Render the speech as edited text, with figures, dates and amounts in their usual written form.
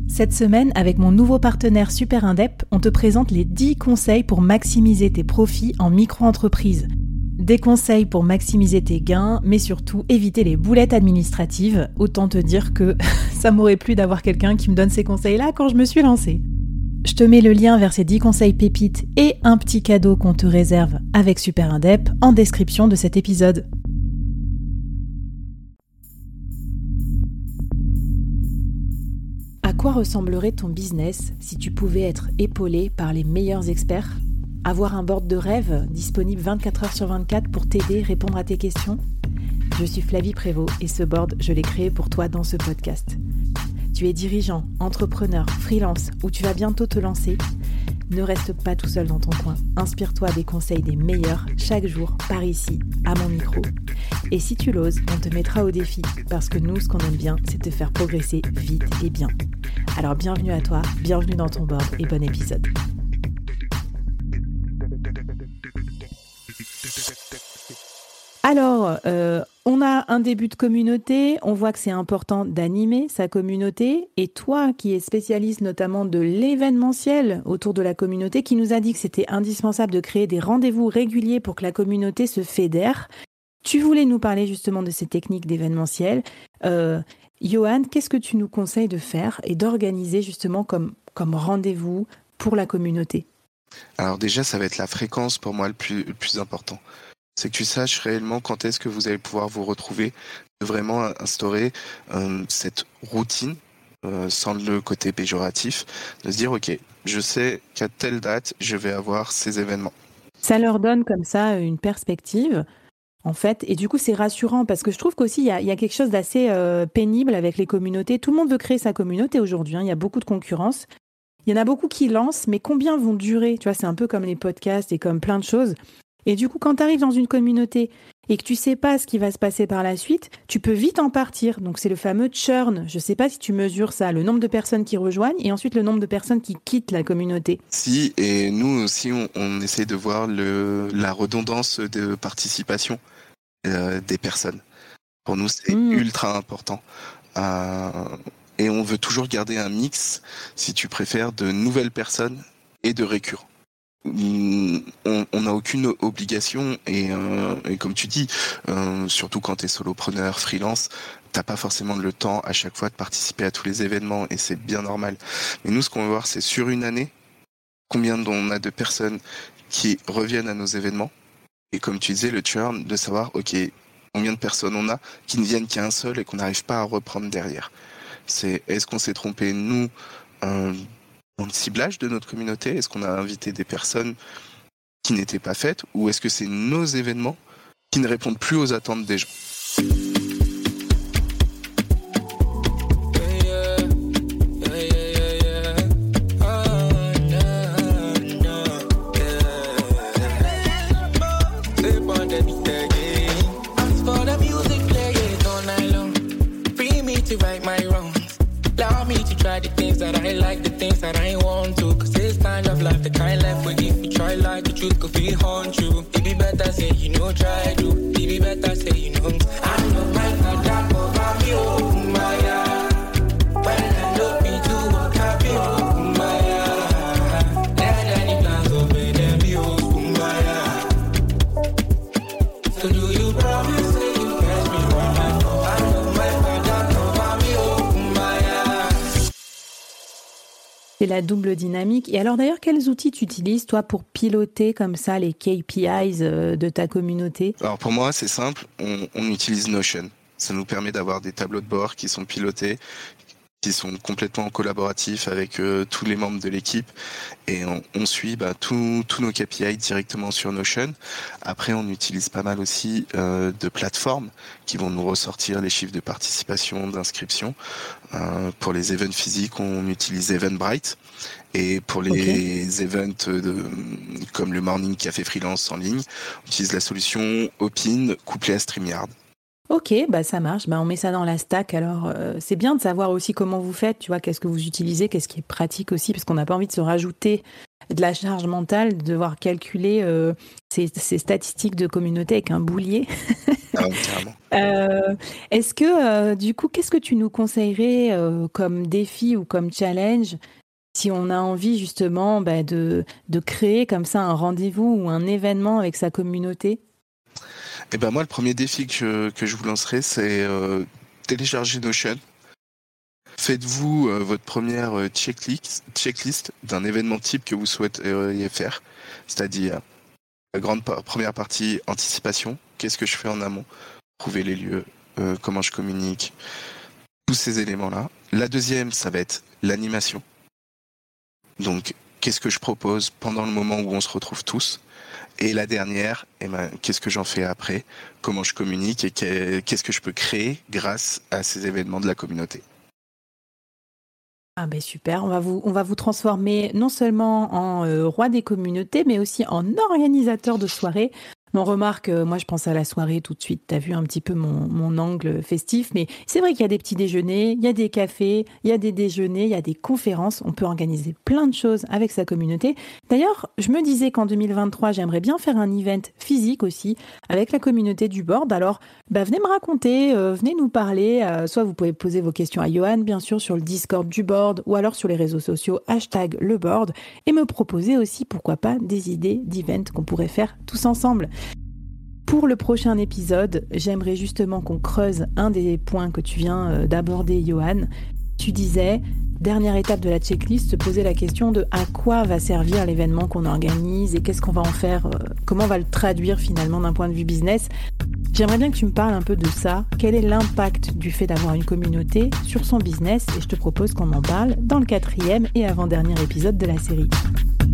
Cette semaine, avec mon nouveau partenaire Super Indep, on te présente les 10 conseils pour maximiser tes profits en micro-entreprise. Des conseils pour maximiser tes gains, mais surtout éviter les boulettes administratives. Autant te dire que ça m'aurait plu d'avoir quelqu'un qui me donne ces conseils-là quand je me suis lancée. Je te mets le lien vers ces 10 conseils pépites et un petit cadeau qu'on te réserve avec Super Indep en description de cet épisode. À quoi ressemblerait ton business si tu pouvais être épaulé par les meilleurs experts ? Avoir un board de rêve disponible 24 heures sur 24 pour t'aider, répondre à tes questions ? Je suis Flavie Prévost et ce board, je l'ai créé pour toi dans ce podcast. Tu es dirigeant, entrepreneur, freelance ou tu vas bientôt te lancer ? Ne reste pas tout seul dans ton coin. Inspire-toi des conseils des meilleurs chaque jour par ici, à mon micro. Et si tu l'oses, on te mettra au défi parce que nous, ce qu'on aime bien, c'est te faire progresser vite et bien. Alors bienvenue à toi, bienvenue dans ton board et bon épisode. Alors, on a un début de communauté, on voit que c'est important d'animer sa communauté. Et toi, qui es spécialiste notamment de l'événementiel autour de la communauté, qui nous a dit que c'était indispensable de créer des rendez-vous réguliers pour que la communauté se fédère, tu voulais nous parler justement de ces techniques d'événementiel. Johan, qu'est-ce que tu nous conseilles de faire et d'organiser justement comme rendez-vous pour la communauté ? Alors déjà, ça va être la fréquence pour moi le plus important. C'est que tu saches réellement quand est-ce que vous allez pouvoir vous retrouver, de vraiment instaurer cette routine, sans le côté péjoratif, de se dire ok, je sais qu'à telle date, je vais avoir ces événements. Ça leur donne comme ça une perspective, en fait, et du coup c'est rassurant parce que je trouve qu'aussi il y a quelque chose d'assez pénible avec les communautés. Tout le monde veut créer sa communauté aujourd'hui, il y a beaucoup de concurrence. Il y en a beaucoup qui lancent, mais combien vont durer ? Tu vois, c'est un peu comme les podcasts et comme plein de choses. Et du coup, quand tu arrives dans une communauté et que tu sais pas ce qui va se passer par la suite, tu peux vite en partir. Donc, c'est le fameux churn. Je sais pas si tu mesures ça, le nombre de personnes qui rejoignent et ensuite le nombre de personnes qui quittent la communauté. Si, et nous aussi, on essaie de voir la redondance de participation des personnes. Pour nous, c'est ultra important. Et on veut toujours garder un mix, si tu préfères, de nouvelles personnes et de récurrents. On n'a aucune obligation et comme tu dis, surtout quand tu es solopreneur, freelance, t'as pas forcément le temps à chaque fois de participer à tous les événements et c'est bien normal. Mais nous, ce qu'on veut voir, c'est sur une année, combien on a de personnes qui reviennent à nos événements et comme tu disais, le churn, de savoir, ok, combien de personnes on a qui ne viennent qu'à un seul et qu'on n'arrive pas à reprendre derrière. Est-ce qu'on s'est trompé, nous, dans le ciblage de notre communauté ? Est-ce qu'on a invité des personnes qui n'étaient pas faites ? Ou est-ce que c'est nos événements qui ne répondent plus aux attentes des gens ? The things that I like, the things that I want to. Cause this kind of life, the kind life where if you try like the truth could feel haunt you. It be better say you know try to. It be better say you know. I know my God over me, oh my God. When I look me to walk happy, oh my God. Let any plans over them be, oh my God. So do you promise that you catch me when I know? I know my God over me, oh my God. C'est la double dynamique. Et alors d'ailleurs, quels outils tu utilises, toi, pour piloter comme ça les KPIs de ta communauté ? Alors pour moi, c'est simple, on utilise Notion. Ça nous permet d'avoir des tableaux de bord qui sont pilotés, qui sont complètement collaboratifs avec tous les membres de l'équipe et on suit tous nos KPI directement sur Notion. Après, on utilise pas mal aussi de plateformes qui vont nous ressortir les chiffres de participation, d'inscription. Pour les events physiques, on utilise Eventbrite et pour les events comme le Morning Café Freelance en ligne, on utilise la solution Opin couplée à StreamYard. Ok, ça marche. On met ça dans la stack. Alors, c'est bien de savoir aussi comment vous faites. Tu vois, qu'est-ce que vous utilisez, qu'est-ce qui est pratique aussi, parce qu'on n'a pas envie de se rajouter de la charge mentale de devoir calculer ces statistiques de communauté avec un boulier. Ah, carrément. Est-ce que, du coup, qu'est-ce que tu nous conseillerais comme défi ou comme challenge si on a envie justement de créer comme ça un rendez-vous ou un événement avec sa communauté? Et ben moi, le premier défi que je vous lancerai, c'est télécharger Notion. Faites-vous votre première checklist d'un événement type que vous souhaiteriez faire, c'est-à-dire la première partie, anticipation. Qu'est-ce que je fais en amont? Trouver les lieux, comment je communique, tous ces éléments-là. La deuxième, ça va être l'animation. Donc, qu'est-ce que je propose pendant le moment où on se retrouve tous? Et la dernière, qu'est-ce que j'en fais après? Comment je communique et qu'est-ce que je peux créer grâce à ces événements de la communauté? Ah ben super, on va vous transformer non seulement en roi des communautés, mais aussi en organisateur de soirées. On remarque, moi je pense à la soirée tout de suite, tu as vu un petit peu mon angle festif, mais c'est vrai qu'il y a des petits déjeuners, il y a des cafés, il y a des déjeuners, il y a des conférences, on peut organiser plein de choses avec sa communauté. D'ailleurs, je me disais qu'en 2023, j'aimerais bien faire un event physique aussi avec la communauté du board. Alors, venez me raconter, venez nous parler, soit vous pouvez poser vos questions à Johan, bien sûr, sur le Discord du board, ou alors sur les réseaux sociaux, #leboard, et me proposer aussi, pourquoi pas, des idées d'events qu'on pourrait faire tous ensemble. Pour le prochain épisode, j'aimerais justement qu'on creuse un des points que tu viens d'aborder, Johan. Tu disais, dernière étape de la checklist, se poser la question de à quoi va servir l'événement qu'on organise et qu'est-ce qu'on va en faire, comment on va le traduire finalement d'un point de vue business. J'aimerais bien que tu me parles un peu de ça. Quel est l'impact du fait d'avoir une communauté sur son business? Et je te propose qu'on en parle dans le 4e et avant-dernier épisode de la série.